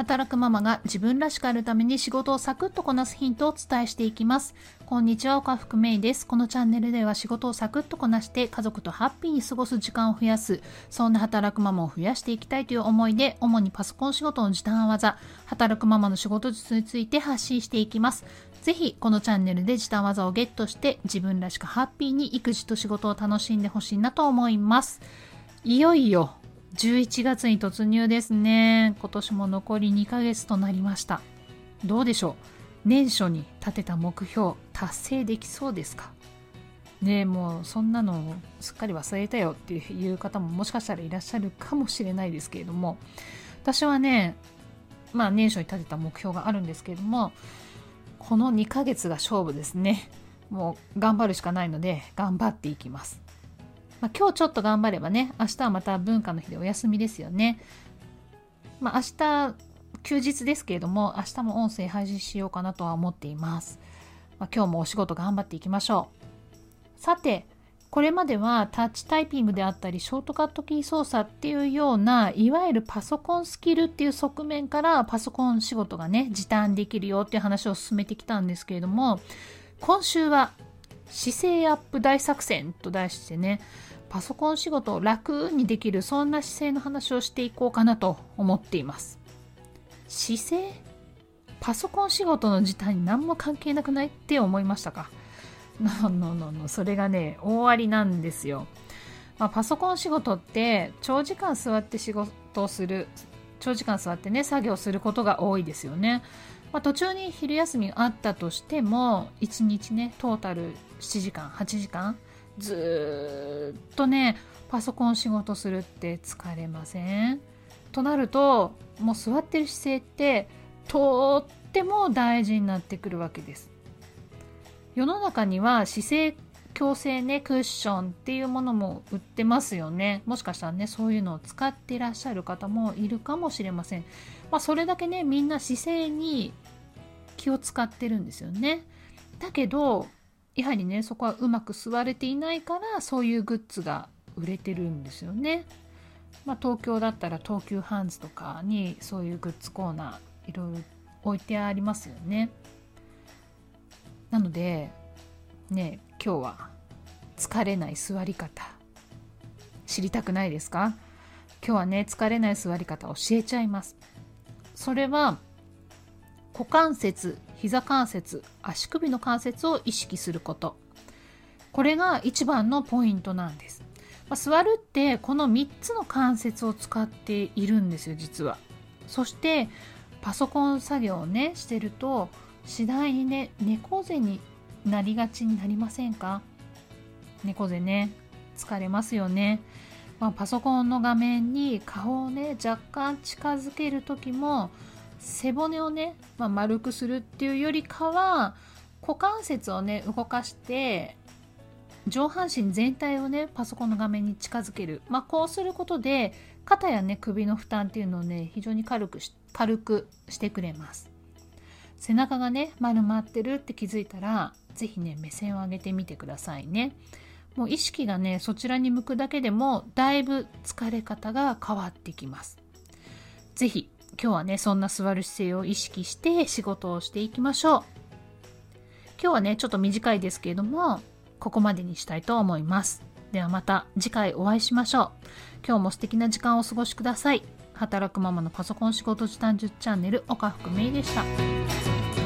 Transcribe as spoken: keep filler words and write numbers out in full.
働くママが自分らしくあるために仕事をサクッとこなすヒントをお伝えしていきます。こんにちは、岡福芽衣です。このチャンネルでは仕事をサクッとこなして家族とハッピーに過ごす時間を増やす、そんな働くママを増やしていきたいという思いで、主にパソコン仕事の時短技、働くママの仕事術について発信していきます。ぜひこのチャンネルで時短技をゲットして自分らしくハッピーに育児と仕事を楽しんでほしいなと思います。いよいよじゅういちがつに突入ですね。今年も残りにかげつとなりました。どうでしょう、年初に立てた目標達成できそうですかね。えもうそんなのすっかり忘れたよっていう方ももしかしたらいらっしゃるかもしれないですけれども、私はね、まあ年初に立てた目標があるんですけれども、このにかげつが勝負ですね。もう頑張るしかないので頑張っていきます。まあ、今日ちょっと頑張ればね、明日はまた文化の日でお休みですよね。まあ、明日休日ですけれども、明日も音声配信しようかなとは思っています。まあ、今日もお仕事頑張っていきましょう。さて、これまではタッチタイピングであったりショートカットキー操作っていうような、いわゆるパソコンスキルっていう側面からパソコン仕事がね時短できるよっていう話を進めてきたんですけれども、今週は姿勢アップ大作戦と題してね、パソコン仕事を楽にできる、そんな姿勢の話をしていこうかなと思っています。姿勢？パソコン仕事の時短に何も関係なくないって思いましたか？ののののそれがね大ありなんですよ。まあ、パソコン仕事って長時間座って仕事をする、長時間座ってね作業することが多いですよね。まあ、途中に昼休みがあったとしてもいちにちねトータルしちじかんはちじかんずっとねパソコン仕事するって疲れません？となるともう座ってる姿勢ってとっても大事になってくるわけです。世の中には姿勢矯正ねクッションっていうものも売ってますよね。もしかしたらねそういうのを使っていらっしゃる方もいるかもしれません。まあ、それだけねみんな姿勢に気を使ってるんですよね。だけどやはりねそこはうまく座れていないからそういうグッズが売れてるんですよね。まあ、東京だったら東急ハンズとかにそういうグッズコーナーいろいろ置いてありますよね。なのでね今日は疲れない座り方知りたくないですか？今日はね疲れない座り方教えちゃいます。それは股関節、膝関節、足首の関節を意識すること。これが一番のポイントなんです。まあ、座るってこのみっつの関節を使っているんですよ実は。そしてパソコン作業をねしてると次第にね猫背になりがちになりませんか？猫背ね疲れますよね。まあ、パソコンの画面に顔をね若干近づける時も背骨をね、まあ、丸くするっていうよりかは股関節をね動かして上半身全体をねパソコンの画面に近づける、まあ、こうすることで肩やね首の負担っていうのをね非常に軽くし軽くしてくれます。背中がね丸まってるって気づいたらぜひね目線を上げてみてくださいね。もう意識がねそちらに向くだけでもだいぶ疲れ方が変わってきます。ぜひ今日はねそんな座る姿勢を意識して仕事をしていきましょう。今日はねちょっと短いですけれどもここまでにしたいと思います。ではまた次回お会いしましょう。今日も素敵な時間をお過ごしください。働くママのパソコン仕事時短術チャンネル岡福芽衣でした。